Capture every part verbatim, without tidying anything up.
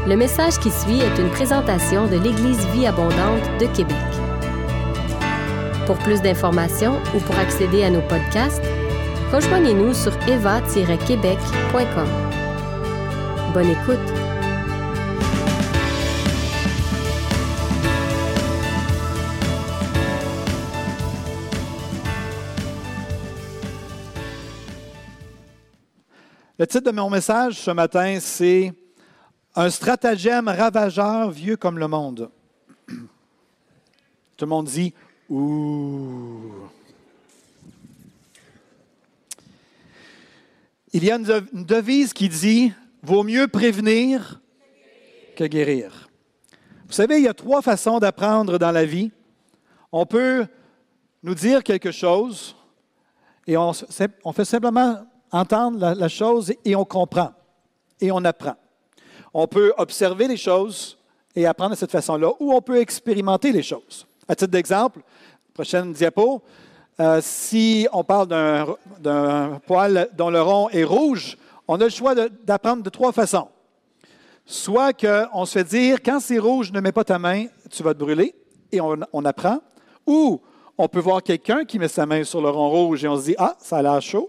Le message qui suit est une présentation de l'Église Vie Abondante de Québec. Pour plus d'informations ou pour accéder à nos podcasts, rejoignez-nous sur eva tiret québec point com. Bonne écoute! Le titre de mon message ce matin, c'est « Un stratagème ravageur vieux comme le monde ». Tout le monde dit « Ouh ». Il y a une devise qui dit « Vaut mieux prévenir que guérir ». Vous savez, il y a trois façons d'apprendre dans la vie. On peut nous dire quelque chose et on, on fait simplement entendre la, la chose et on comprend et on apprend. On peut observer les choses et apprendre de cette façon-là, ou on peut expérimenter les choses. À titre d'exemple, prochaine diapo, euh, si on parle d'un, d'un poil dont le rond est rouge, on a le choix de, d'apprendre de trois façons. Soit qu'on se fait dire, quand c'est rouge, ne mets pas ta main, tu vas te brûler, et on, on apprend. Ou on peut voir quelqu'un qui met sa main sur le rond rouge et on se dit, ah, ça a l'air chaud.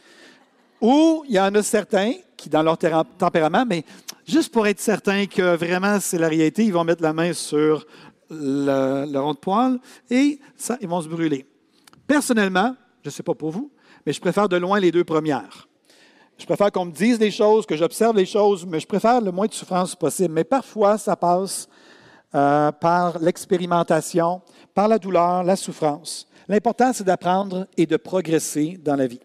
Ou il y en a certains qui, dans leur téra- tempérament, mais juste pour être certain que vraiment c'est la réalité, ils vont mettre la main sur le, le rond de poil et ça, ils vont se brûler. Personnellement, je ne sais pas pour vous, mais je préfère de loin les deux premières. Je préfère qu'on me dise des choses, que j'observe les choses, mais je préfère le moins de souffrance possible. Mais parfois, ça passe euh, par l'expérimentation, par la douleur, la souffrance. L'important, c'est d'apprendre et de progresser dans la vie.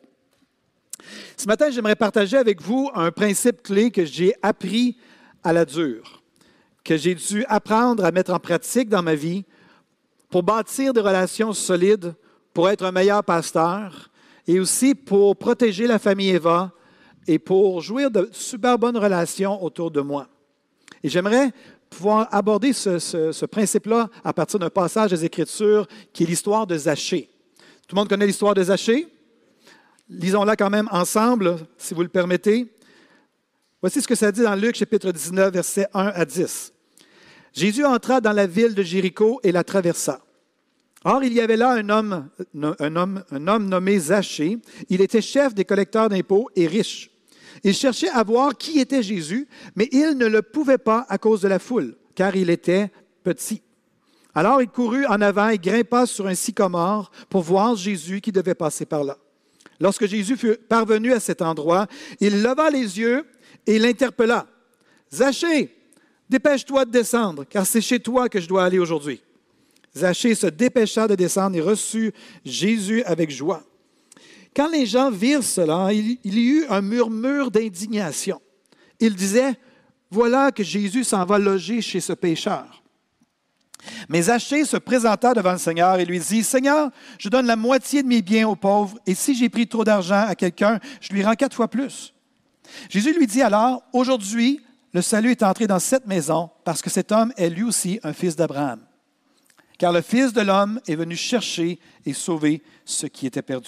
Ce matin, j'aimerais partager avec vous un principe clé que j'ai appris à la dure, que j'ai dû apprendre à mettre en pratique dans ma vie pour bâtir des relations solides, pour être un meilleur pasteur et aussi pour protéger la famille Eva et pour jouir de super bonnes relations autour de moi. Et j'aimerais pouvoir aborder ce, ce, ce principe-là à partir d'un passage des Écritures qui est l'histoire de Zachée. Tout le monde connaît l'histoire de Zachée? Lisons-la quand même ensemble, si vous le permettez. Voici ce que ça dit dans Luc, chapitre dix-neuf, versets un à dix. Jésus entra dans la ville de Jéricho et la traversa. Or, il y avait là un homme, un homme, un homme nommé Zachée. Il était chef des collecteurs d'impôts et riche. Il cherchait à voir qui était Jésus, mais il ne le pouvait pas à cause de la foule, car il était petit. Alors, il courut en avant et grimpa sur un sycomore pour voir Jésus qui devait passer par là. Lorsque Jésus fut parvenu à cet endroit, il leva les yeux et l'interpella. « Zachée, dépêche-toi de descendre, car c'est chez toi que je dois aller aujourd'hui. » Zachée se dépêcha de descendre et reçut Jésus avec joie. Quand les gens virent cela, il, il y eut un murmure d'indignation. Ils disaient, « Voilà que Jésus s'en va loger chez ce pécheur. » Mais Zachée se présenta devant le Seigneur et lui dit, « Seigneur, je donne la moitié de mes biens aux pauvres, et si j'ai pris trop d'argent à quelqu'un, je lui rends quatre fois plus. » Jésus lui dit alors, « Aujourd'hui, le salut est entré dans cette maison, parce que cet homme est lui aussi un fils d'Abraham. Car le Fils de l'homme est venu chercher et sauver ce qui était perdu. »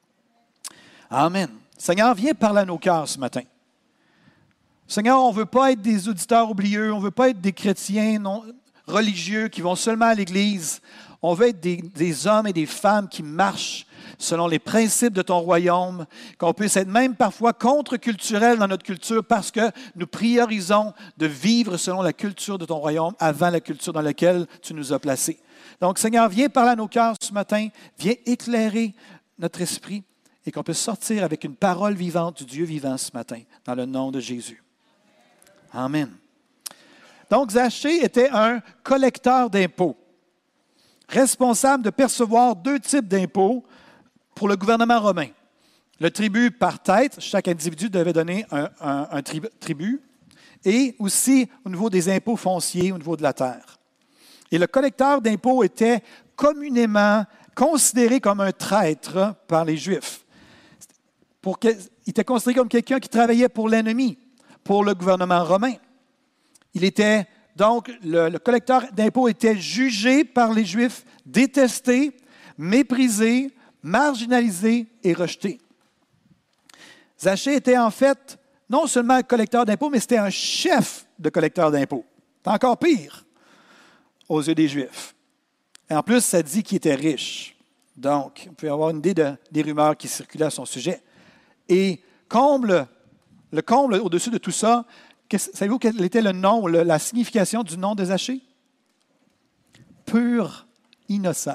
Amen. Seigneur, viens parler à nos cœurs ce matin. Seigneur, on ne veut pas être des auditeurs oublieux, on ne veut pas être des chrétiens non religieux qui vont seulement à l'Église. On veut être des, des hommes et des femmes qui marchent selon les principes de ton royaume, qu'on puisse être même parfois contre-culturel dans notre culture parce que nous priorisons de vivre selon la culture de ton royaume avant la culture dans laquelle tu nous as placés. Donc, Seigneur, viens parler à nos cœurs ce matin, viens éclairer notre esprit et qu'on puisse sortir avec une parole vivante du Dieu vivant ce matin, dans le nom de Jésus. Amen. Donc, Zachée était un collecteur d'impôts, responsable de percevoir deux types d'impôts pour le gouvernement romain. Le tribut par tête, chaque individu devait donner un, un, un tribut, et aussi au niveau des impôts fonciers, au niveau de la terre. Et le collecteur d'impôts était communément considéré comme un traître par les Juifs. Pour que, il était considéré comme quelqu'un qui travaillait pour l'ennemi, pour le gouvernement romain. Il était, donc, le, le collecteur d'impôts était jugé par les Juifs, détesté, méprisé, marginalisé et rejeté. Zachée était en fait non seulement un collecteur d'impôts, mais c'était un chef de collecteur d'impôts. C'est encore pire aux yeux des Juifs. Et en plus, ça dit qu'il était riche. Donc, on peut avoir une idée de, des rumeurs qui circulaient à son sujet. Et comble, le comble au-dessus de tout ça, savez-vous quel était le nom, le, la signification du nom de Zachée? Pur innocent.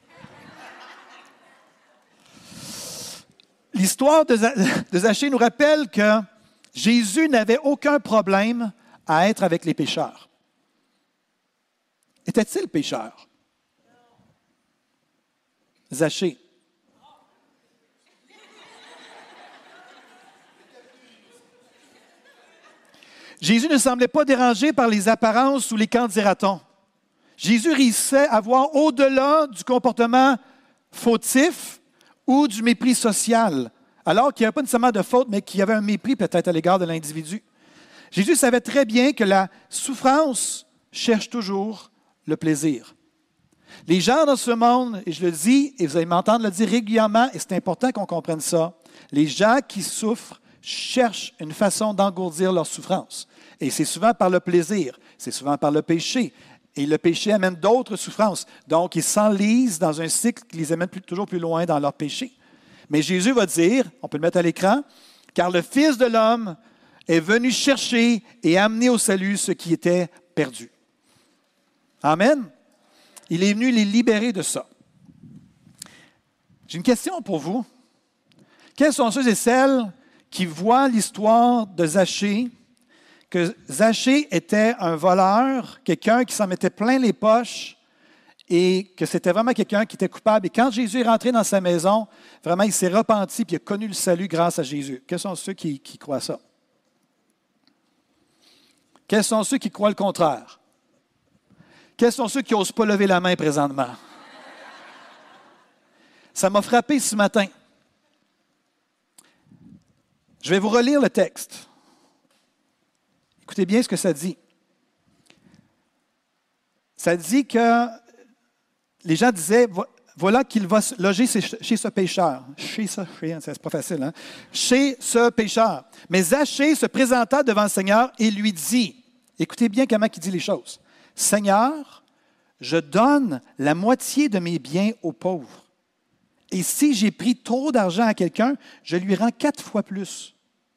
L'histoire de, de Zachée nous rappelle que Jésus n'avait aucun problème à être avec les pécheurs. Était-il pécheur? Zachée. Jésus ne semblait pas dérangé par les apparences ou les qu'en dira-t-on. Jésus réussissait à voir au-delà du comportement fautif ou du mépris social, alors qu'il n'y avait pas nécessairement de faute, mais qu'il y avait un mépris peut-être à l'égard de l'individu. Jésus savait très bien que la souffrance cherche toujours le plaisir. Les gens dans ce monde, et je le dis, et vous allez m'entendre le dire régulièrement, et c'est important qu'on comprenne ça, les gens qui souffrent cherchent une façon d'engourdir leur souffrance. Et c'est souvent par le plaisir, c'est souvent par le péché. Et le péché amène d'autres souffrances. Donc, ils s'enlisent dans un cycle qui les amène plus, toujours plus loin dans leur péché. Mais Jésus va dire, on peut le mettre à l'écran, « Car le Fils de l'homme est venu chercher et amener au salut ce qui était perdu. » Amen. Il est venu les libérer de ça. J'ai une question pour vous. Quels sont ceux et celles qui voient l'histoire de Zachée, que Zachée était un voleur, quelqu'un qui s'en mettait plein les poches et que c'était vraiment quelqu'un qui était coupable. Et quand Jésus est rentré dans sa maison, vraiment, il s'est repenti et il a connu le salut grâce à Jésus. Quels sont ceux qui, qui croient ça? Quels sont ceux qui croient le contraire? Quels sont ceux qui n'osent pas lever la main présentement? Ça m'a frappé ce matin. Je vais vous relire le texte. Écoutez bien ce que ça dit. Ça dit que les gens disaient, voilà qu'il va loger chez ce pécheur. Chez ce, c'est pas facile, hein? Chez ce pécheur. Mais Zachée se présenta devant le Seigneur et lui dit, écoutez bien comment il dit les choses. Seigneur, je donne la moitié de mes biens aux pauvres. Et si j'ai pris trop d'argent à quelqu'un, je lui rends quatre fois plus.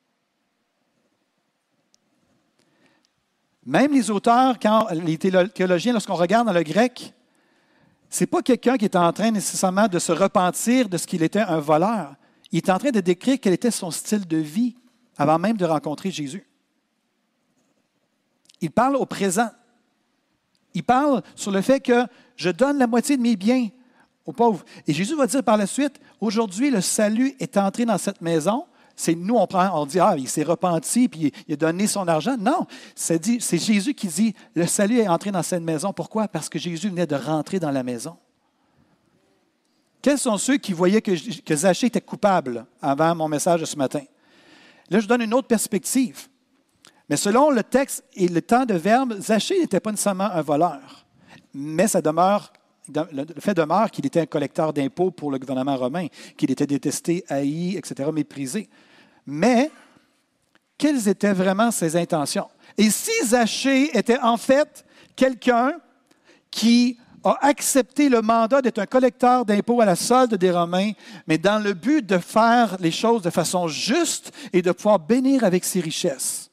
Même les auteurs, quand les théologiens, lorsqu'on regarde dans le grec, ce n'est pas quelqu'un qui est en train nécessairement de se repentir de ce qu'il était un voleur. Il est en train de décrire quel était son style de vie avant même de rencontrer Jésus. Il parle au présent. Il parle sur le fait que je donne la moitié de mes biens aux pauvres. Et Jésus va dire par la suite, aujourd'hui, le salut est entré dans cette maison. C'est nous, on, prend, on dit, ah, il s'est repenti, puis il a donné son argent. Non, c'est, dit, c'est Jésus qui dit, le salut est entré dans cette maison. Pourquoi? Parce que Jésus venait de rentrer dans la maison. Quels sont ceux qui voyaient que, que Zachée était coupable avant mon message de ce matin? Là, je donne une autre perspective. Mais selon le texte et le temps de verbe, Zachée n'était pas nécessairement un voleur. Mais ça demeure, le fait demeure qu'il était un collecteur d'impôts pour le gouvernement romain, qu'il était détesté, haï, et cetera, méprisé. Mais, quelles étaient vraiment ses intentions? Et si Zachée était en fait quelqu'un qui a accepté le mandat d'être un collecteur d'impôts à la solde des Romains, mais dans le but de faire les choses de façon juste et de pouvoir bénir avec ses richesses.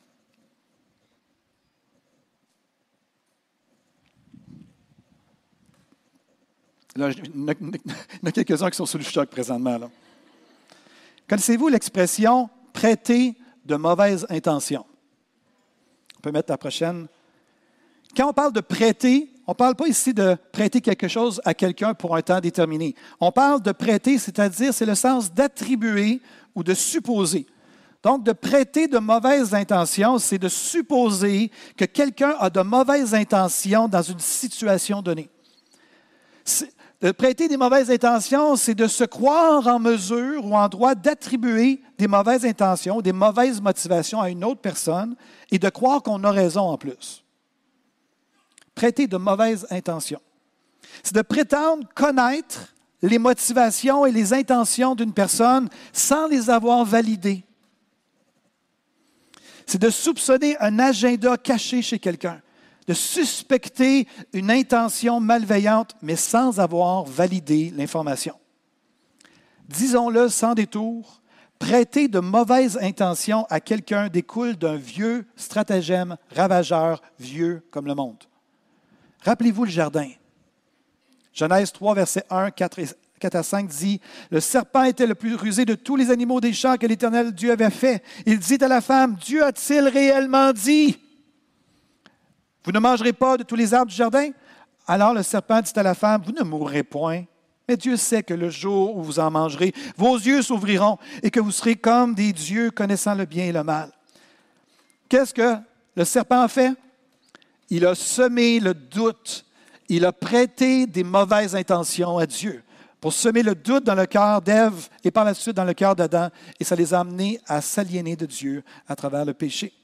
Là, il y en a quelques-uns qui sont sous le choc présentement. Là. Connaissez-vous l'expression « prêter de mauvaises intentions » ? On peut mettre la prochaine. Quand on parle de prêter, on ne parle pas ici de prêter quelque chose à quelqu'un pour un temps déterminé. On parle de prêter, c'est-à-dire, c'est le sens d'attribuer ou de supposer. Donc, de prêter de mauvaises intentions, c'est de supposer que quelqu'un a de mauvaises intentions dans une situation donnée. C'est, de prêter des mauvaises intentions, c'est de se croire en mesure ou en droit d'attribuer des mauvaises intentions, des mauvaises motivations à une autre personne et de croire qu'on a raison en plus. Prêter de mauvaises intentions. C'est de prétendre connaître les motivations et les intentions d'une personne sans les avoir validées. C'est de soupçonner un agenda caché chez quelqu'un, de suspecter une intention malveillante, mais sans avoir validé l'information. Disons-le sans détour, prêter de mauvaises intentions à quelqu'un découle d'un vieux stratagème ravageur, vieux comme le monde. Rappelez-vous le jardin. Genèse trois, versets un, quatre à cinq dit « Le serpent était le plus rusé de tous les animaux des champs que l'Éternel Dieu avait fait. Il dit à la femme, « Dieu a-t-il réellement dit, vous ne mangerez pas de tous les arbres du jardin? » Alors le serpent dit à la femme, « Vous ne mourrez point. Mais Dieu sait que le jour où vous en mangerez, vos yeux s'ouvriront et que vous serez comme des dieux connaissant le bien et le mal. » Qu'est-ce que le serpent a fait? Il a semé le doute. Il a prêté des mauvaises intentions à Dieu pour semer le doute dans le cœur d'Ève et par la suite dans le cœur d'Adam. Et ça les a amenés à s'aliéner de Dieu à travers le péché.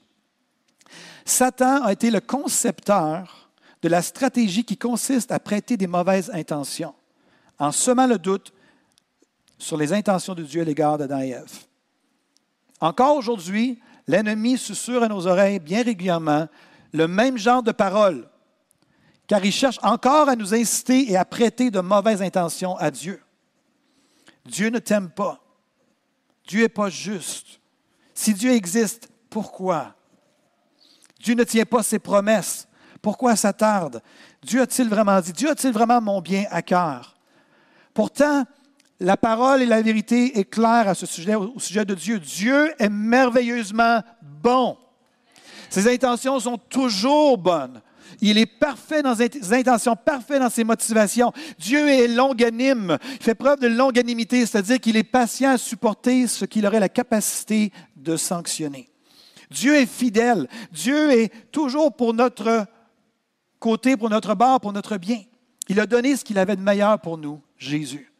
Satan a été le concepteur de la stratégie qui consiste à prêter des mauvaises intentions, en semant le doute sur les intentions de Dieu à l'égard d'Adam et Ève. Encore aujourd'hui, l'ennemi susurre à nos oreilles bien régulièrement le même genre de paroles, car il cherche encore à nous inciter et à prêter de mauvaises intentions à Dieu. Dieu ne t'aime pas. Dieu n'est pas juste. Si Dieu existe, pourquoi? Dieu ne tient pas ses promesses. Pourquoi ça tarde? Dieu a-t-il vraiment dit? Dieu a-t-il vraiment mon bien à cœur? Pourtant, la parole et la vérité est claire à ce sujet, au sujet de Dieu. Dieu est merveilleusement bon. Ses intentions sont toujours bonnes. Il est parfait dans ses intentions, parfait dans ses motivations. Dieu est longanime. Il fait preuve de longanimité, c'est-à-dire qu'il est patient à supporter ce qu'il aurait la capacité de sanctionner. Dieu est fidèle. Dieu est toujours pour notre côté, pour notre bord, pour notre bien. Il a donné ce qu'il avait de meilleur pour nous, Jésus.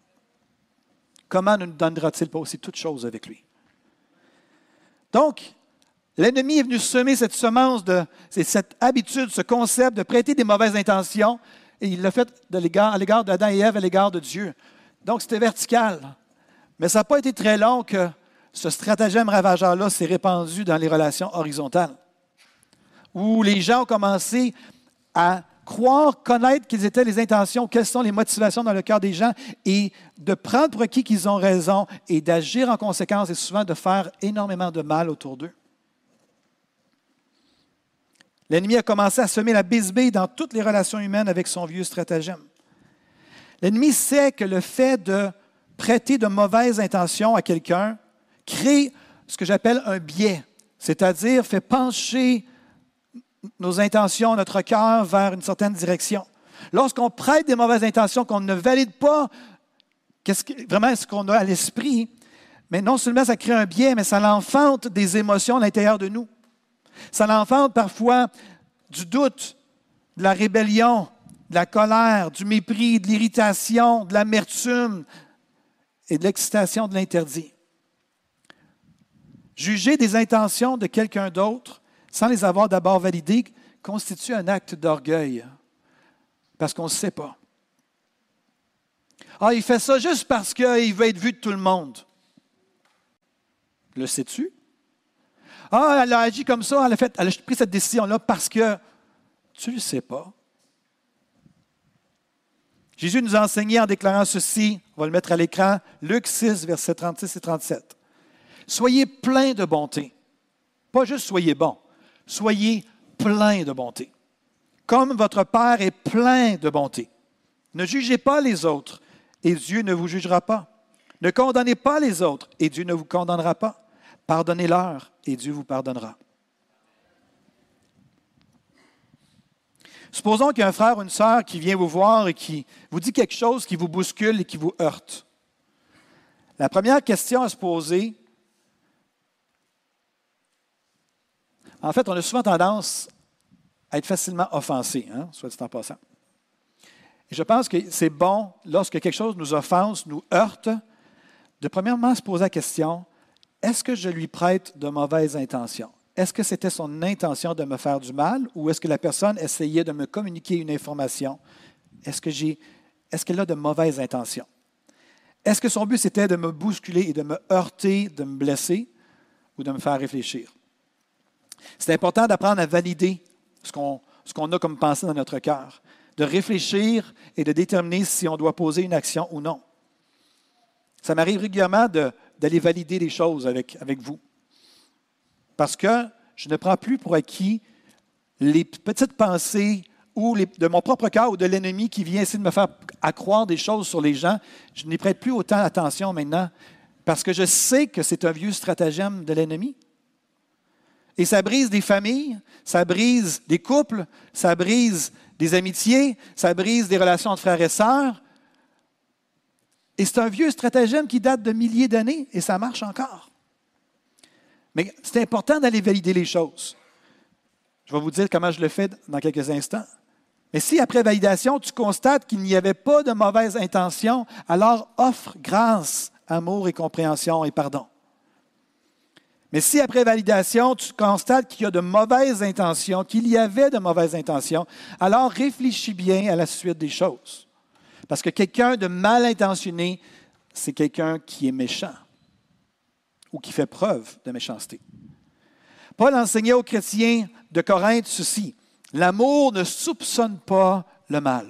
Comment ne nous donnera-t-il pas aussi toutes choses avec lui? Donc, l'ennemi est venu semer cette semence, de, cette habitude, ce concept de prêter des mauvaises intentions, et il l'a fait de l'égard, à l'égard d'Adam et Ève, à l'égard de Dieu. Donc, c'était vertical. Mais ça n'a pas été très long que ce stratagème ravageur-là s'est répandu dans les relations horizontales, où les gens ont commencé à croire, connaître quelles étaient les intentions, quelles sont les motivations dans le cœur des gens, et de prendre pour acquis qu'ils ont raison et d'agir en conséquence, et souvent de faire énormément de mal autour d'eux. L'ennemi a commencé à semer la bisbille dans toutes les relations humaines avec son vieux stratagème. L'ennemi sait que le fait de prêter de mauvaises intentions à quelqu'un crée ce que j'appelle un biais, c'est-à-dire fait pencher nos intentions, notre cœur vers une certaine direction. Lorsqu'on prête des mauvaises intentions, qu'on ne valide pas qu'est-ce que, vraiment ce qu'on a à l'esprit, mais non seulement ça crée un biais, mais ça l'enfante des émotions à l'intérieur de nous. Ça l'enfante parfois du doute, de la rébellion, de la colère, du mépris, de l'irritation, de l'amertume et de l'excitation de l'interdit. Juger des intentions de quelqu'un d'autre sans les avoir d'abord validées constitue un acte d'orgueil, parce qu'on ne sait pas. Ah, il fait ça juste parce qu'il veut être vu de tout le monde. Le sais-tu? Ah, elle a agi comme ça, elle a, fait, elle a pris cette décision-là parce que tu ne le sais pas. Jésus nous a enseigné en déclarant ceci, on va le mettre à l'écran, Luc six, versets trente-six et trente-sept. Soyez pleins de bonté. Pas juste soyez bons, soyez pleins de bonté. Comme votre Père est plein de bonté. Ne jugez pas les autres et Dieu ne vous jugera pas. Ne condamnez pas les autres et Dieu ne vous condamnera pas. Pardonnez-leur et Dieu vous pardonnera. Supposons qu'il y a un frère ou une sœur qui vient vous voir et qui vous dit quelque chose qui vous bouscule et qui vous heurte. La première question à se poser, en fait, on a souvent tendance à être facilement offensé, hein, soit dit en passant. Et je pense que c'est bon, lorsque quelque chose nous offense, nous heurte, de premièrement se poser la question, est-ce que je lui prête de mauvaises intentions? Est-ce que c'était son intention de me faire du mal ou est-ce que la personne essayait de me communiquer une information? Est-ce que j'ai, est-ce qu'elle a de mauvaises intentions? Est-ce que son but, c'était de me bousculer et de me heurter, de me blesser ou de me faire réfléchir? C'est important d'apprendre à valider ce qu'on, ce qu'on a comme pensée dans notre cœur, de réfléchir et de déterminer si on doit poser une action ou non. Ça m'arrive régulièrement de, d'aller valider les choses avec, avec vous. Parce que je ne prends plus pour acquis les petites pensées ou les, de mon propre cœur ou de l'ennemi qui vient essayer de me faire accroire des choses sur les gens. Je n'y prête plus autant attention maintenant parce que je sais que c'est un vieux stratagème de l'ennemi. Et ça brise des familles, ça brise des couples, ça brise des amitiés, ça brise des relations entre frères et sœurs. Et c'est un vieux stratagème qui date de milliers d'années et ça marche encore. Mais c'est important d'aller valider les choses. Je vais vous dire comment je le fais dans quelques instants. Mais si après validation, tu constates qu'il n'y avait pas de mauvaise intention, alors offre grâce, amour et compréhension et pardon. Mais si après validation, tu constates qu'il y a de mauvaises intentions, qu'il y avait de mauvaises intentions, alors réfléchis bien à la suite des choses. Parce que quelqu'un de mal intentionné, c'est quelqu'un qui est méchant ou qui fait preuve de méchanceté. Paul enseignait aux chrétiens de Corinthe ceci: l'amour ne soupçonne pas le mal.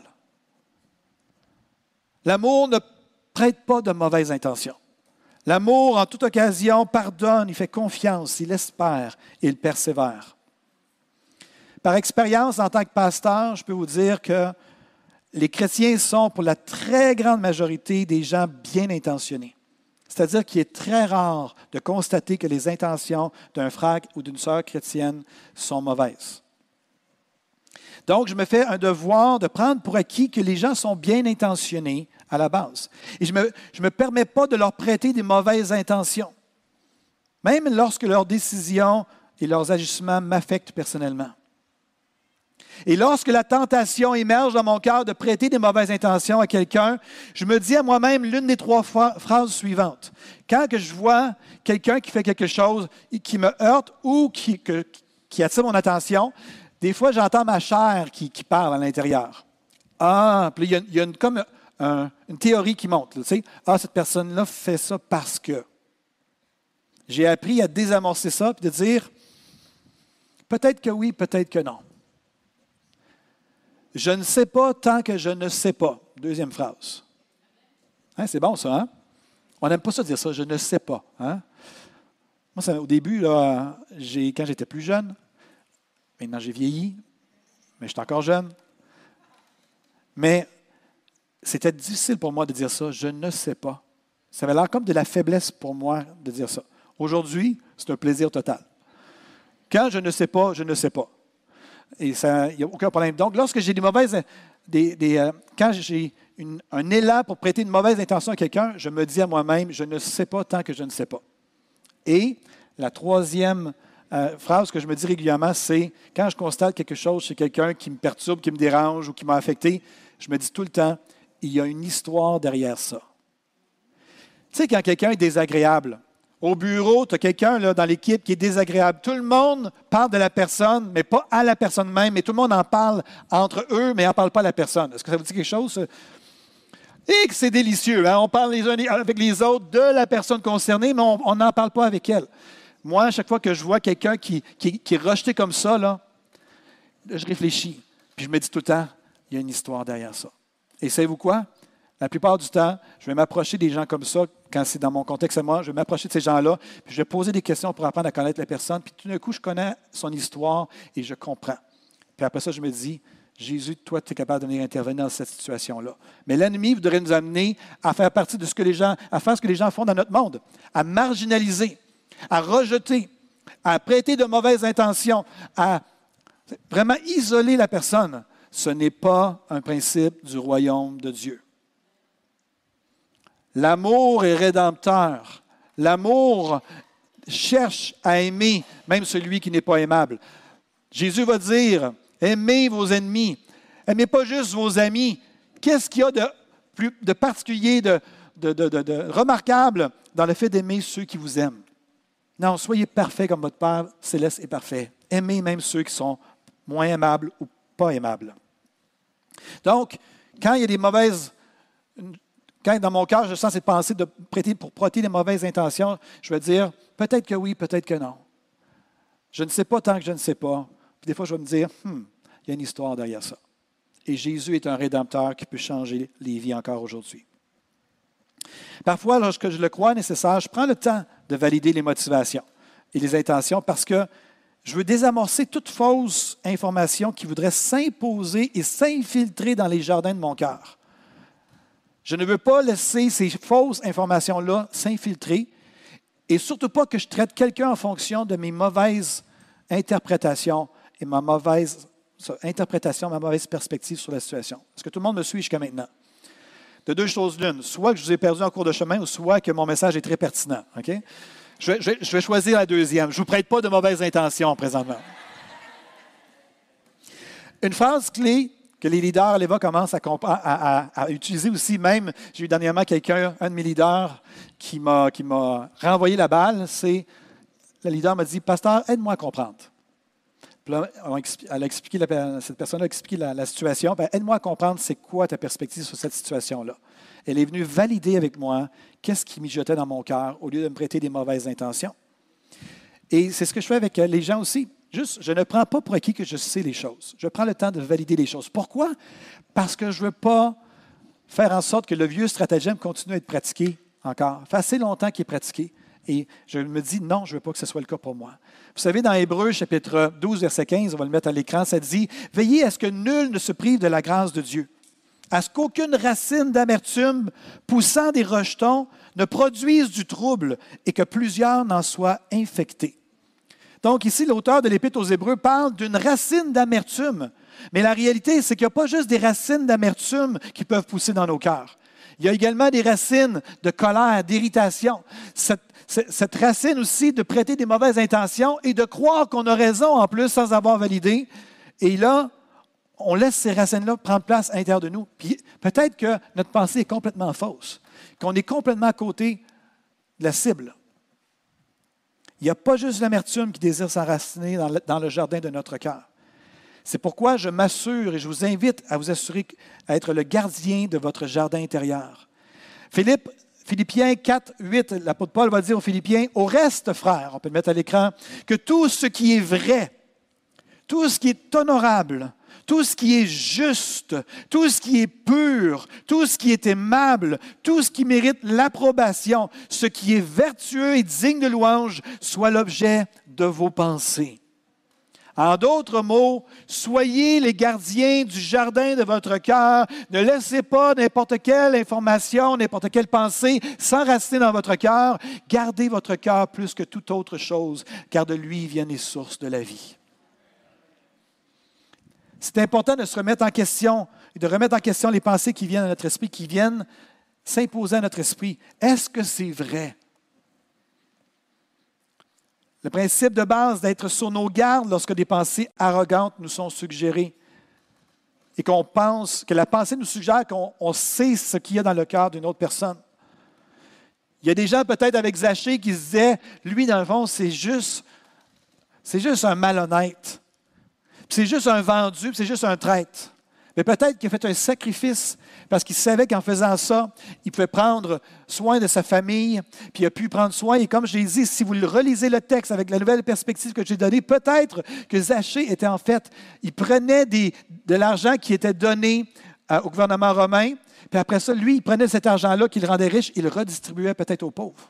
L'amour ne prête pas de mauvaises intentions. L'amour, en toute occasion, pardonne, il fait confiance, il espère et il persévère. Par expérience, en tant que pasteur, je peux vous dire que les chrétiens sont, pour la très grande majorité, des gens bien intentionnés. C'est-à-dire qu'il est très rare de constater que les intentions d'un frère ou d'une sœur chrétienne sont mauvaises. Donc, je me fais un devoir de prendre pour acquis que les gens sont bien intentionnés à la base. Et je ne me, je me permets pas de leur prêter des mauvaises intentions, même lorsque leurs décisions et leurs agissements m'affectent personnellement. Et lorsque la tentation émerge dans mon cœur de prêter des mauvaises intentions à quelqu'un, je me dis à moi-même l'une des trois phrases suivantes. Quand que je vois quelqu'un qui fait quelque chose qui me heurte ou qui, que, qui attire mon attention, des fois, j'entends ma chair qui, qui parle à l'intérieur. Ah, puis il y a, il y a une, comme un, une théorie qui monte. Là, tu sais, ah, cette personne-là fait ça parce que. J'ai appris à désamorcer ça et de dire, peut-être que oui, peut-être que non. Je ne sais pas tant que je ne sais pas. Deuxième phrase. Hein, c'est bon, ça, hein? On n'aime pas ça dire ça, je ne sais pas. Hein? Moi, ça, au début, là, j'ai, quand j'étais plus jeune, maintenant j'ai vieilli, mais je suis encore jeune. Mais c'était difficile pour moi de dire ça, je ne sais pas. Ça avait l'air comme de la faiblesse pour moi de dire ça. Aujourd'hui, c'est un plaisir total. Quand je ne sais pas, je ne sais pas. Et ça, il n'y a aucun problème. Donc, lorsque j'ai des mauvaises, des, des, euh, quand j'ai une, un élan pour prêter une mauvaise intention à quelqu'un, je me dis à moi-même, je ne sais pas tant que je ne sais pas. Et la troisième euh, phrase que je me dis régulièrement, c'est quand je constate quelque chose chez quelqu'un qui me perturbe, qui me dérange ou qui m'a affecté, je me dis tout le temps, il y a une histoire derrière ça. Tu sais, quand quelqu'un est désagréable, au bureau, tu as quelqu'un là, dans l'équipe qui est désagréable. Tout le monde parle de la personne, mais pas à la personne même, mais tout le monde en parle entre eux, mais n'en parle pas à la personne. Est-ce que ça vous dit quelque chose? Et que c'est délicieux. Hein? On parle les uns avec les autres de la personne concernée, mais on n'en parle pas avec elle. Moi, à chaque fois que je vois quelqu'un qui, qui, qui est rejeté comme ça, là, je réfléchis. Puis je me dis tout le temps, il y a une histoire derrière ça. Et savez-vous quoi? La plupart du temps, je vais m'approcher des gens comme ça, quand c'est dans mon contexte à moi, je vais m'approcher de ces gens-là, puis je vais poser des questions pour apprendre à connaître la personne, puis tout d'un coup, je connais son histoire et je comprends. Puis après ça, je me dis, Jésus, toi, tu es capable de venir intervenir dans cette situation-là. Mais l'ennemi voudrait nous amener à faire partie de ce que les gens, à faire ce que les gens font dans notre monde, à marginaliser, à rejeter, à prêter de mauvaises intentions, à vraiment isoler la personne. Ce n'est pas un principe du royaume de Dieu. L'amour est rédempteur. L'amour cherche à aimer même celui qui n'est pas aimable. Jésus va dire, aimez vos ennemis. Aimez pas juste vos amis. Qu'est-ce qu'il y a de, plus, de particulier, de, de, de, de, de remarquable dans le fait d'aimer ceux qui vous aiment? Non, soyez parfaits comme votre Père céleste est parfait. Aimez même ceux qui sont moins aimables ou pas aimables. Donc, quand il y a des mauvaises... Quand dans mon cœur, je sens cette pensée de prêter, pour prêter des mauvaises intentions, je vais dire peut-être que oui, peut-être que non. Je ne sais pas tant que je ne sais pas. Puis des fois, je vais me dire, hmm, il y a une histoire derrière ça. Et Jésus est un rédempteur qui peut changer les vies encore aujourd'hui. Parfois, lorsque je le crois nécessaire, je prends le temps de valider les motivations et les intentions parce que je veux désamorcer toute fausse information qui voudrait s'imposer et s'infiltrer dans les jardins de mon cœur. Je ne veux pas laisser ces fausses informations-là s'infiltrer et surtout pas que je traite quelqu'un en fonction de mes mauvaises interprétations et ma mauvaise interprétation, ma mauvaise perspective sur la situation. Est-ce que tout le monde me suit jusqu'à maintenant? De deux choses l'une, soit que je vous ai perdu en cours de chemin ou soit que mon message est très pertinent. Okay? Je, vais, je, vais, je vais choisir la deuxième. Je ne vous prête pas de mauvaises intentions présentement. Une phrase clé que les leaders à l'E V A commencent à, à, à, à utiliser aussi, même, j'ai eu dernièrement quelqu'un, un de mes leaders, qui m'a, qui m'a renvoyé la balle, c'est, le leader m'a dit, « Pasteur, aide-moi à comprendre. » Puis là, elle a expliqué, la, cette personne a expliqué la, la situation. « Aide-moi à comprendre c'est quoi ta perspective sur cette situation-là. » Elle est venue valider avec moi qu'est-ce qui mijotait dans mon cœur au lieu de me prêter des mauvaises intentions. Et c'est ce que je fais avec les gens aussi. Juste, je ne prends pas pour acquis que je sais les choses. Je prends le temps de valider les choses. Pourquoi? Parce que je ne veux pas faire en sorte que le vieux stratagème continue à être pratiqué encore. Ça fait assez longtemps qu'il est pratiqué. Et je me dis, non, je ne veux pas que ce soit le cas pour moi. Vous savez, dans Hébreux, chapitre douze, verset quinze, on va le mettre à l'écran, ça dit « Veillez à ce que nul ne se prive de la grâce de Dieu, à ce qu'aucune racine d'amertume poussant des rejetons ne produise du trouble et que plusieurs n'en soient infectés. » Donc ici, l'auteur de l'Épître aux Hébreux parle d'une racine d'amertume. Mais la réalité, c'est qu'il n'y a pas juste des racines d'amertume qui peuvent pousser dans nos cœurs. Il y a également des racines de colère, d'irritation. Cette, cette racine aussi de prêter des mauvaises intentions et de croire qu'on a raison en plus sans avoir validé. Et là, on laisse ces racines-là prendre place à l'intérieur de nous. Puis peut-être que notre pensée est complètement fausse, qu'on est complètement à côté de la cible. Il n'y a pas juste l'amertume qui désire s'enraciner dans le, dans le jardin de notre cœur. C'est pourquoi je m'assure et je vous invite à vous assurer à être le gardien de votre jardin intérieur. Philippe, Philippiens quatre, huit, l'apôtre Paul va dire aux Philippiens, « Au reste, frères, on peut le mettre à l'écran, que tout ce qui est vrai, tout ce qui est honorable, tout ce qui est juste, tout ce qui est pur, tout ce qui est aimable, tout ce qui mérite l'approbation, ce qui est vertueux et digne de louange, soit l'objet de vos pensées. » En d'autres mots, soyez les gardiens du jardin de votre cœur. Ne laissez pas n'importe quelle information, n'importe quelle pensée s'enraciner dans votre cœur. Gardez votre cœur plus que toute autre chose, car de lui viennent les sources de la vie. C'est important de se remettre en question et de remettre en question les pensées qui viennent à notre esprit, qui viennent s'imposer à notre esprit. Est-ce que c'est vrai? Le principe de base d'être sur nos gardes lorsque des pensées arrogantes nous sont suggérées et qu'on pense, que la pensée nous suggère qu'on on sait ce qu'il y a dans le cœur d'une autre personne. Il y a des gens peut-être avec Zachée qui se disaient, lui dans le fond, c'est juste, c'est juste un malhonnête. C'est juste un vendu, c'est juste un traître. Mais peut-être qu'il a fait un sacrifice parce qu'il savait qu'en faisant ça, il pouvait prendre soin de sa famille, puis il a pu prendre soin. Et comme je l'ai dit, si vous relisez le texte avec la nouvelle perspective que j'ai donnée, peut-être que Zachée était en fait, il prenait des, de l'argent qui était donné euh, au gouvernement romain, puis après ça, lui, il prenait cet argent-là qu'il rendait riche, il le redistribuait peut-être aux pauvres.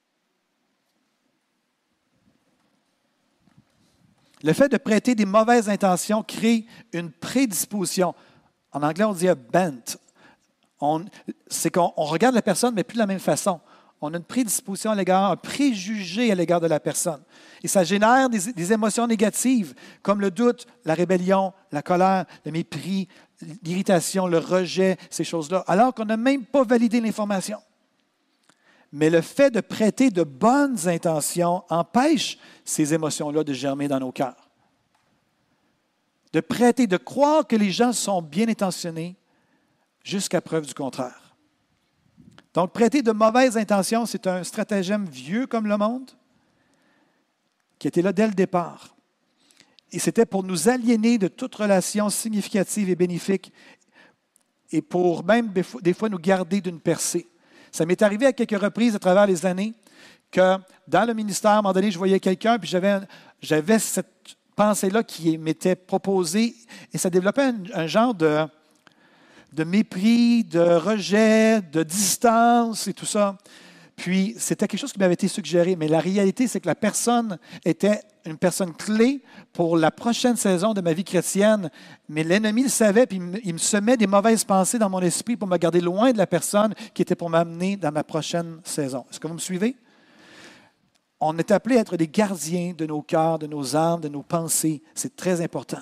Le fait de prêter des mauvaises intentions crée une prédisposition. En anglais, on dit a bent. On, c'est qu'on on regarde la personne, mais plus de la même façon. On a une prédisposition à l'égard, un préjugé à l'égard de la personne. Et ça génère des, des émotions négatives, comme le doute, la rébellion, la colère, le mépris, l'irritation, le rejet, ces choses-là, alors qu'on n'a même pas validé l'information. Mais le fait de prêter de bonnes intentions empêche ces émotions-là de germer dans nos cœurs. De prêter, de croire que les gens sont bien intentionnés jusqu'à preuve du contraire. Donc, prêter de mauvaises intentions, c'est un stratagème vieux comme le monde, qui était là dès le départ. Et c'était pour nous aliéner de toute relation significative et bénéfique et pour même des fois nous garder d'une percée. Ça m'est arrivé à quelques reprises à travers les années que dans le ministère, à un moment donné, je voyais quelqu'un, puis j'avais, j'avais cette pensée-là qui m'était proposée, et ça développait un, un genre de, de mépris, de rejet, de distance et tout ça. Puis, c'était quelque chose qui m'avait été suggéré, mais la réalité, c'est que la personne était une personne clé pour la prochaine saison de ma vie chrétienne, mais l'ennemi le savait, puis il me, il me semait des mauvaises pensées dans mon esprit pour me garder loin de la personne qui était pour m'amener dans ma prochaine saison. Est-ce que vous me suivez? On est appelé à être des gardiens de nos cœurs, de nos âmes, de nos pensées. C'est très important.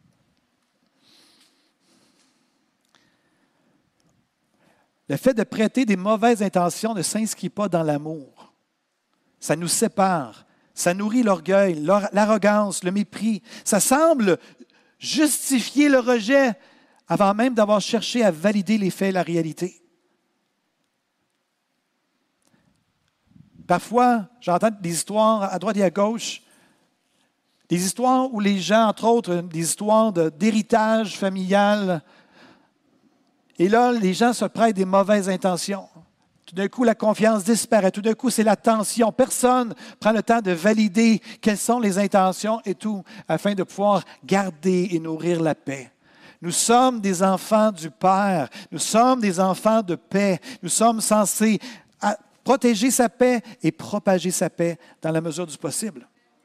Le fait de prêter des mauvaises intentions ne s'inscrit pas dans l'amour. Ça nous sépare. Ça nourrit l'orgueil, l'arrogance, le mépris. Ça semble justifier le rejet avant même d'avoir cherché à valider les faits et la réalité. Parfois, j'entends des histoires à droite et à gauche, des histoires où les gens, entre autres, des histoires de, d'héritage familial. Et là, les gens se prêtent des mauvaises intentions. Tout d'un coup, la confiance disparaît. Tout d'un coup, c'est la tension. Personne ne prend le temps de valider quelles sont les intentions et tout, afin de pouvoir garder et nourrir la paix. Nous sommes des enfants du Père. Nous sommes des enfants de paix. Nous sommes censés protéger sa paix et propager sa paix dans la mesure du possible.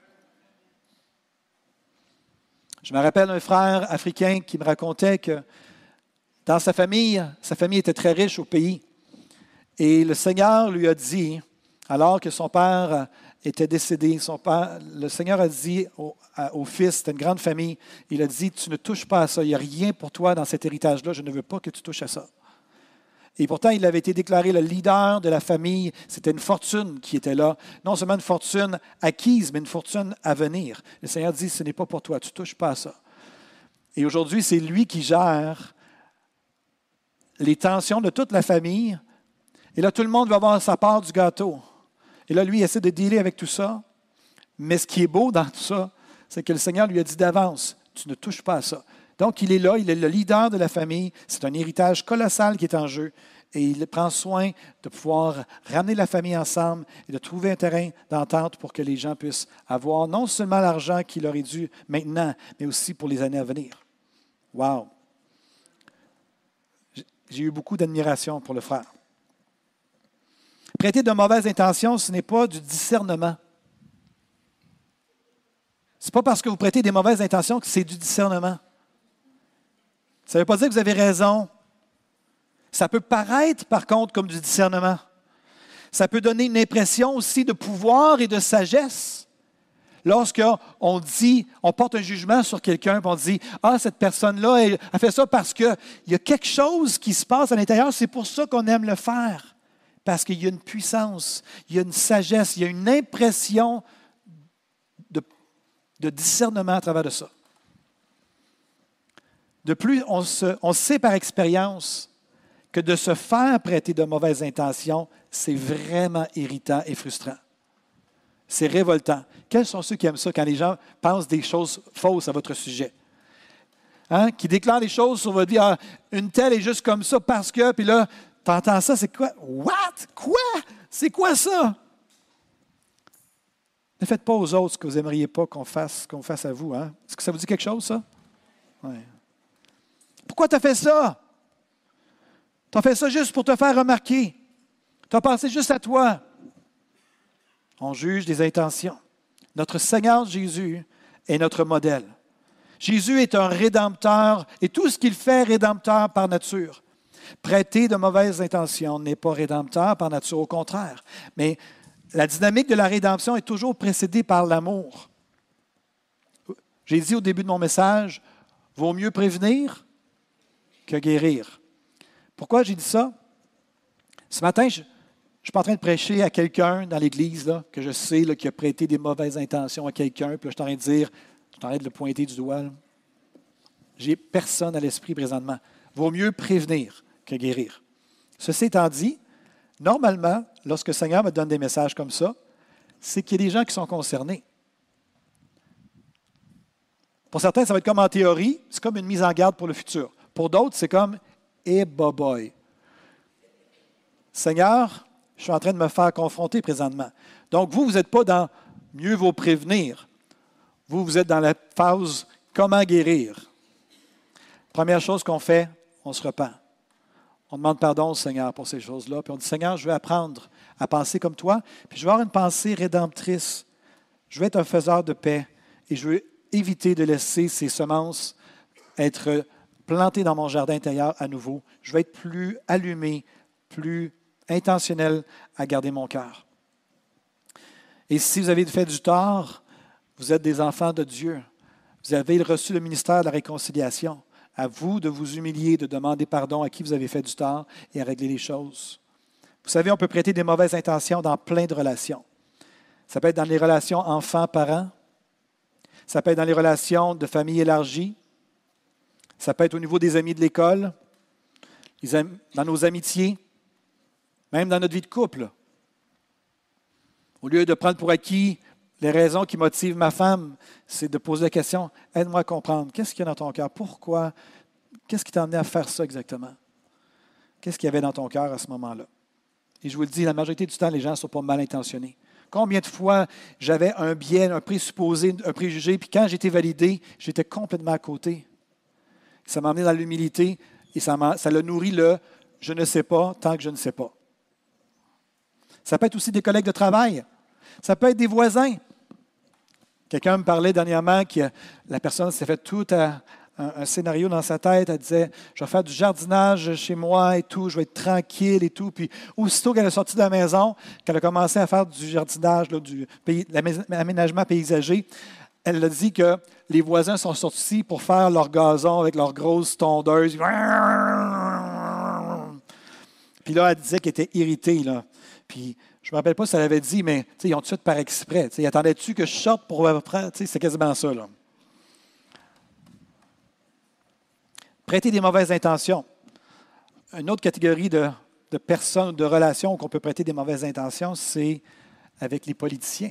Je me rappelle un frère africain qui me racontait que dans sa famille, sa famille était très riche au pays. Et le Seigneur lui a dit, alors que son père était décédé, son père, le Seigneur a dit au, à, au fils, c'était une grande famille, il a dit, tu ne touches pas à ça, il n'y a rien pour toi dans cet héritage-là, je ne veux pas que tu touches à ça. Et pourtant, il avait été déclaré le leader de la famille, c'était une fortune qui était là, non seulement une fortune acquise, mais une fortune à venir. Le Seigneur dit, ce n'est pas pour toi, tu ne touches pas à ça. Et aujourd'hui, c'est lui qui gère les tensions de toute la famille. Et là, tout le monde va avoir sa part du gâteau. Et là, lui, il essaie de dealer avec tout ça. Mais ce qui est beau dans tout ça, c'est que le Seigneur lui a dit d'avance, tu ne touches pas à ça. Donc, il est là, il est le leader de la famille. C'est un héritage colossal qui est en jeu. Et il prend soin de pouvoir ramener la famille ensemble et de trouver un terrain d'entente pour que les gens puissent avoir non seulement l'argent qu'il leur est dû maintenant, mais aussi pour les années à venir. Wow! J'ai eu beaucoup d'admiration pour le frère. Prêter de mauvaises intentions, ce n'est pas du discernement. Ce n'est pas parce que vous prêtez des mauvaises intentions que c'est du discernement. Ça ne veut pas dire que vous avez raison. Ça peut paraître, par contre, comme du discernement. Ça peut donner une impression aussi de pouvoir et de sagesse. Lorsqu'on dit, on porte un jugement sur quelqu'un, puis on dit, ah, cette personne-là, elle a fait ça parce qu'il y a quelque chose qui se passe à l'intérieur, c'est pour ça qu'on aime le faire. Parce qu'il y a une puissance, il y a une sagesse, il y a une impression de, de discernement à travers de ça. De plus, on, se, on sait par expérience que de se faire prêter de mauvaises intentions, c'est vraiment irritant et frustrant. C'est révoltant. Quels sont ceux qui aiment ça quand les gens pensent des choses fausses à votre sujet? Hein? Qui déclarent des choses sur votre vie. Ah, une telle est juste comme ça parce que, puis là, tu entends ça, c'est quoi? What? Quoi? C'est quoi ça? Ne faites pas aux autres ce que vous n'aimeriez pas qu'on fasse, qu'on fasse à vous. Hein? Est-ce que ça vous dit quelque chose, ça? Oui. Pourquoi tu as fait ça? Tu as fait ça juste pour te faire remarquer. Tu as pensé juste à toi. On juge des intentions. Notre Seigneur Jésus est notre modèle. Jésus est un rédempteur et tout ce qu'il fait est rédempteur par nature. Prêter de mauvaises intentions n'est pas rédempteur par nature, au contraire. Mais la dynamique de la rédemption est toujours précédée par l'amour. J'ai dit au début de mon message, vaut mieux prévenir que guérir. Pourquoi j'ai dit ça? Ce matin, je ne suis pas en train de prêcher à quelqu'un dans l'Église là, que je sais là, qui a prêté des mauvaises intentions à quelqu'un, puis là, je suis en train de dire, je suis en train de le pointer du doigt. Là. J'ai personne à l'esprit présentement. Vaut mieux prévenir que guérir. Ceci étant dit, normalement, lorsque le Seigneur me donne des messages comme ça, c'est qu'il y a des gens qui sont concernés. Pour certains, ça va être comme en théorie, c'est comme une mise en garde pour le futur. Pour d'autres, c'est comme « eh, boy. Seigneur, Je suis en train de me faire confronter présentement. Donc, vous, vous n'êtes pas dans mieux vaut prévenir. Vous, vous êtes dans la phase comment guérir. Première chose qu'on fait, on se repent. On demande pardon au Seigneur pour ces choses-là. Puis on dit, Seigneur, je veux apprendre à penser comme toi. Puis je veux avoir une pensée rédemptrice. Je veux être un faiseur de paix. Et je veux éviter de laisser ces semences être plantées dans mon jardin intérieur à nouveau. Je veux être plus allumé, plus intentionnel à garder mon cœur. Et si vous avez fait du tort, vous êtes des enfants de Dieu. Vous avez reçu le ministère de la réconciliation. À vous de vous humilier, de demander pardon à qui vous avez fait du tort et à régler les choses. Vous savez, on peut prêter des mauvaises intentions dans plein de relations. Ça peut être dans les relations enfants-parents. Ça peut être dans les relations de famille élargie. Ça peut être au niveau des amis de l'école, dans nos amitiés, même dans notre vie de couple. Au lieu de prendre pour acquis les raisons qui motivent ma femme, c'est de poser la question, aide-moi à comprendre, qu'est-ce qu'il y a dans ton cœur? Pourquoi? Qu'est-ce qui t'a amené à faire ça exactement? Qu'est-ce qu'il y avait dans ton cœur à ce moment-là? Et je vous le dis, la majorité du temps, les gens ne sont pas mal intentionnés. Combien de fois j'avais un biais, un présupposé, un préjugé, puis quand j'étais validé, j'étais complètement à côté. Ça m'a amené dans l'humilité et ça m'a, ça l'a nourri le « je ne sais pas tant que je ne sais pas ». Ça peut être aussi des collègues de travail. Ça peut être des voisins. Quelqu'un me parlait dernièrement que la personne s'est fait tout un, un scénario dans sa tête. Elle disait, je vais faire du jardinage chez moi et tout, je vais être tranquille et tout. Puis aussitôt qu'elle est sortie de la maison, qu'elle a commencé à faire du jardinage, là, du pays, l'aménagement paysager, elle a dit que les voisins sont sortis pour faire leur gazon avec leurs grosses tondeuses. Puis là, elle disait qu'elle était irritée, là. Puis, je ne me rappelle pas si elle avait dit, mais ils ont tout fait par exprès. Ils attendaient-tu que je sorte pour prendre? C'est quasiment ça. Là. Prêter des mauvaises intentions. Une autre catégorie de, de personnes, de relations qu'on peut prêter des mauvaises intentions, c'est avec les politiciens.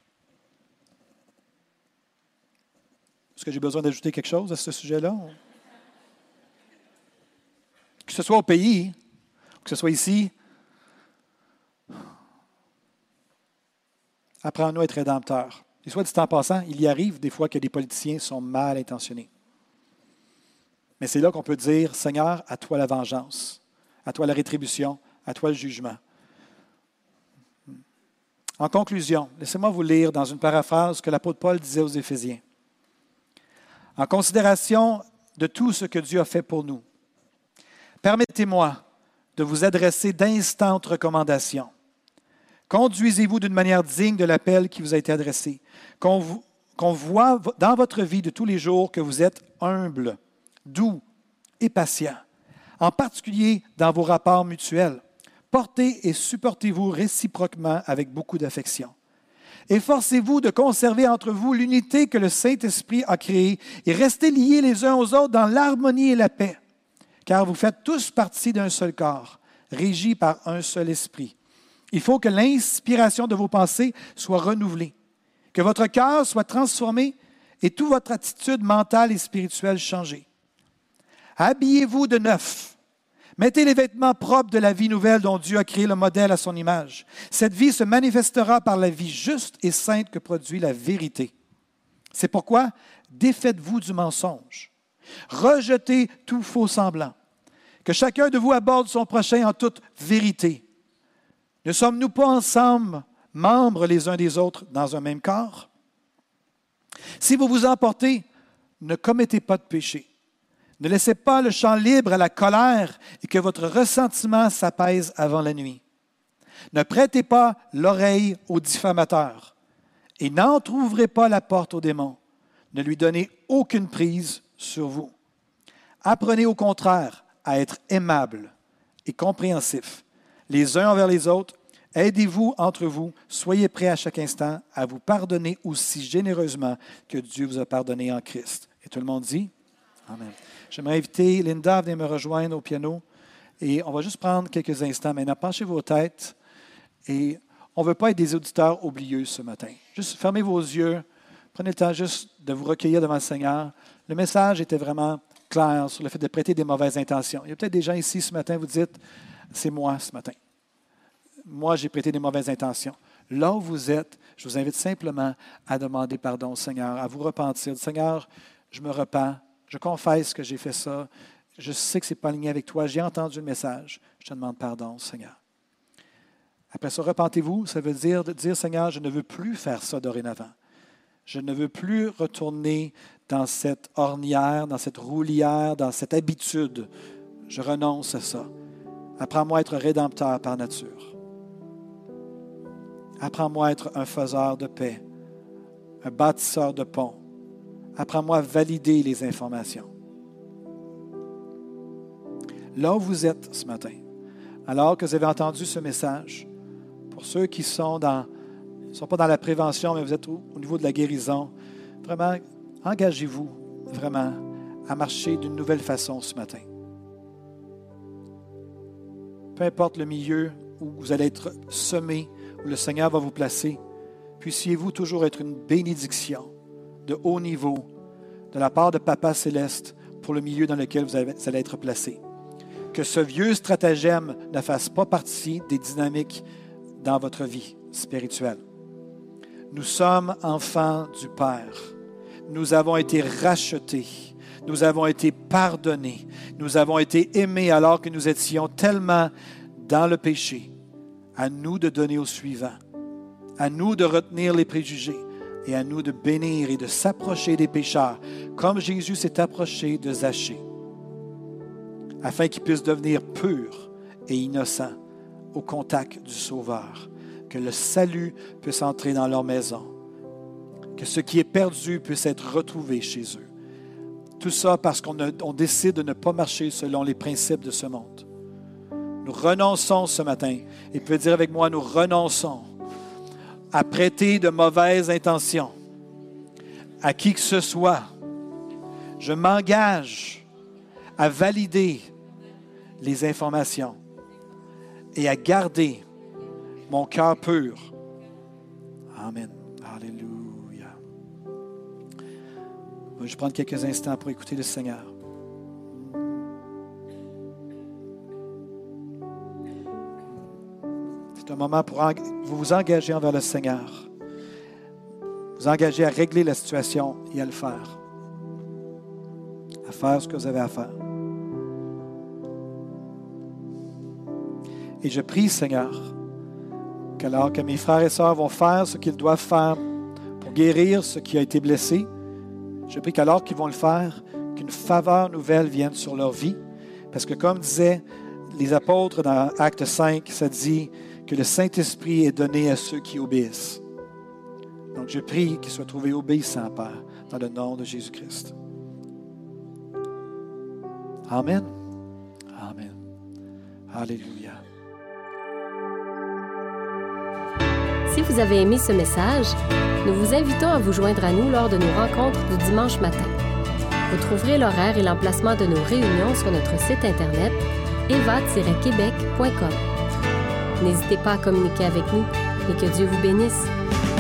Est-ce que j'ai besoin d'ajouter quelque chose à ce sujet-là? Que ce soit au pays, que ce soit ici, apprends-nous à être rédempteurs. Et soit dit en passant, il y arrive des fois que les politiciens sont mal intentionnés. Mais c'est là qu'on peut dire, Seigneur, à toi la vengeance, à toi la rétribution, à toi le jugement. En conclusion, laissez-moi vous lire dans une paraphrase ce que l'apôtre Paul disait aux Éphésiens. En considération de tout ce que Dieu a fait pour nous, permettez-moi de vous adresser d'instantes recommandations. Conduisez-vous d'une manière digne de l'appel qui vous a été adressé. Qu'on, vous, qu'on voit dans votre vie de tous les jours que vous êtes humble, doux et patient, en particulier dans vos rapports mutuels. Portez et supportez-vous réciproquement avec beaucoup d'affection. Efforcez-vous de conserver entre vous l'unité que le Saint-Esprit a créée et restez liés les uns aux autres dans l'harmonie et la paix, car vous faites tous partie d'un seul corps, régi par un seul esprit. Il faut que l'inspiration de vos pensées soit renouvelée, que votre cœur soit transformé et toute votre attitude mentale et spirituelle changée. Habillez-vous de neuf. Mettez les vêtements propres de la vie nouvelle dont Dieu a créé le modèle à son image. Cette vie se manifestera par la vie juste et sainte que produit la vérité. C'est pourquoi défaites-vous du mensonge. Rejetez tout faux semblant. Que chacun de vous aborde son prochain en toute vérité. Ne sommes-nous pas ensemble, membres les uns des autres, dans un même corps? Si vous vous emportez, ne commettez pas de péché. Ne laissez pas le champ libre à la colère et que votre ressentiment s'apaise avant la nuit. Ne prêtez pas l'oreille au diffamateur et n'entrouvrez pas la porte au démon. Ne lui donnez aucune prise sur vous. Apprenez au contraire à être aimables et compréhensifs, les uns envers les autres. Aidez-vous entre vous, soyez prêts à chaque instant à vous pardonner aussi généreusement que Dieu vous a pardonné en Christ. Et tout le monde dit Amen. J'aimerais inviter Linda à venir me rejoindre au piano et on va juste prendre quelques instants. Maintenant, penchez vos têtes et on ne veut pas être des auditeurs oublieux ce matin. Juste fermez vos yeux, prenez le temps juste de vous recueillir devant le Seigneur. Le message était vraiment clair sur le fait de prêter des mauvaises intentions. Il y a peut-être des gens ici ce matin, vous dites, c'est moi ce matin. moi, j'ai prêté des mauvaises intentions. Là où vous êtes, je vous invite simplement à demander pardon au Seigneur, à vous repentir. Seigneur, je me repens, je confesse que j'ai fait ça, je sais que ce n'est pas aligné avec toi, j'ai entendu le message, je te demande pardon, Seigneur. Après ça, repentez-vous, ça veut dire de dire, Seigneur, je ne veux plus faire ça dorénavant. Je ne veux plus retourner dans cette ornière, dans cette roulière, dans cette habitude. Je renonce à ça. Apprends-moi à être rédempteur par nature. Apprends-moi à être un faiseur de paix, un bâtisseur de ponts. Apprends-moi à valider les informations. Là où vous êtes ce matin, alors que vous avez entendu ce message, pour ceux qui sont dans, ne sont pas dans la prévention, mais vous êtes au, au niveau de la guérison, vraiment, engagez-vous vraiment à marcher d'une nouvelle façon ce matin. Peu importe le milieu où vous allez être semé, où le Seigneur va vous placer, puissiez-vous toujours être une bénédiction de haut niveau de la part de Papa Céleste pour le milieu dans lequel vous allez être placé. Que ce vieux stratagème ne fasse pas partie des dynamiques dans votre vie spirituelle. Nous sommes enfants du Père. Nous avons été rachetés. Nous avons été pardonnés. Nous avons été aimés alors que nous étions tellement dans le péché. À nous de donner au suivant. À nous de retenir les préjugés. Et à nous de bénir et de s'approcher des pécheurs, comme Jésus s'est approché de Zachée, afin qu'il puisse devenir pur et innocent au contact du Sauveur. Que le salut puisse entrer dans leur maison. Que ce qui est perdu puisse être retrouvé chez eux. Tout ça parce qu'on a, on décide de ne pas marcher selon les principes de ce monde. Nous renonçons ce matin, et vous pouvez dire avec moi, nous renonçons à prêter de mauvaises intentions à qui que ce soit. Je m'engage à valider les informations et à garder mon cœur pur. Amen. Alléluia. Je vais prendre quelques instants pour écouter le Seigneur. C'est un moment pour vous vous engager envers le Seigneur. Vous engager à régler la situation et à le faire. À faire ce que vous avez à faire. Et je prie, Seigneur, qu'alors que mes frères et sœurs vont faire ce qu'ils doivent faire pour guérir ce qui a été blessé, je prie qu'alors qu'ils vont le faire, qu'une faveur nouvelle vienne sur leur vie. Parce que comme disaient les apôtres dans Acte cinq, ça dit que le Saint-Esprit est donné à ceux qui obéissent. Donc je prie qu'ils soient trouvés obéissants, Père, dans le nom de Jésus-Christ. Amen. Amen. Alléluia. Si vous avez aimé ce message, nous vous invitons à vous joindre à nous lors de nos rencontres du dimanche matin. Vous trouverez l'horaire et l'emplacement de nos réunions sur notre site internet eva tiret québec point com. N'hésitez pas à communiquer avec nous et que Dieu vous bénisse.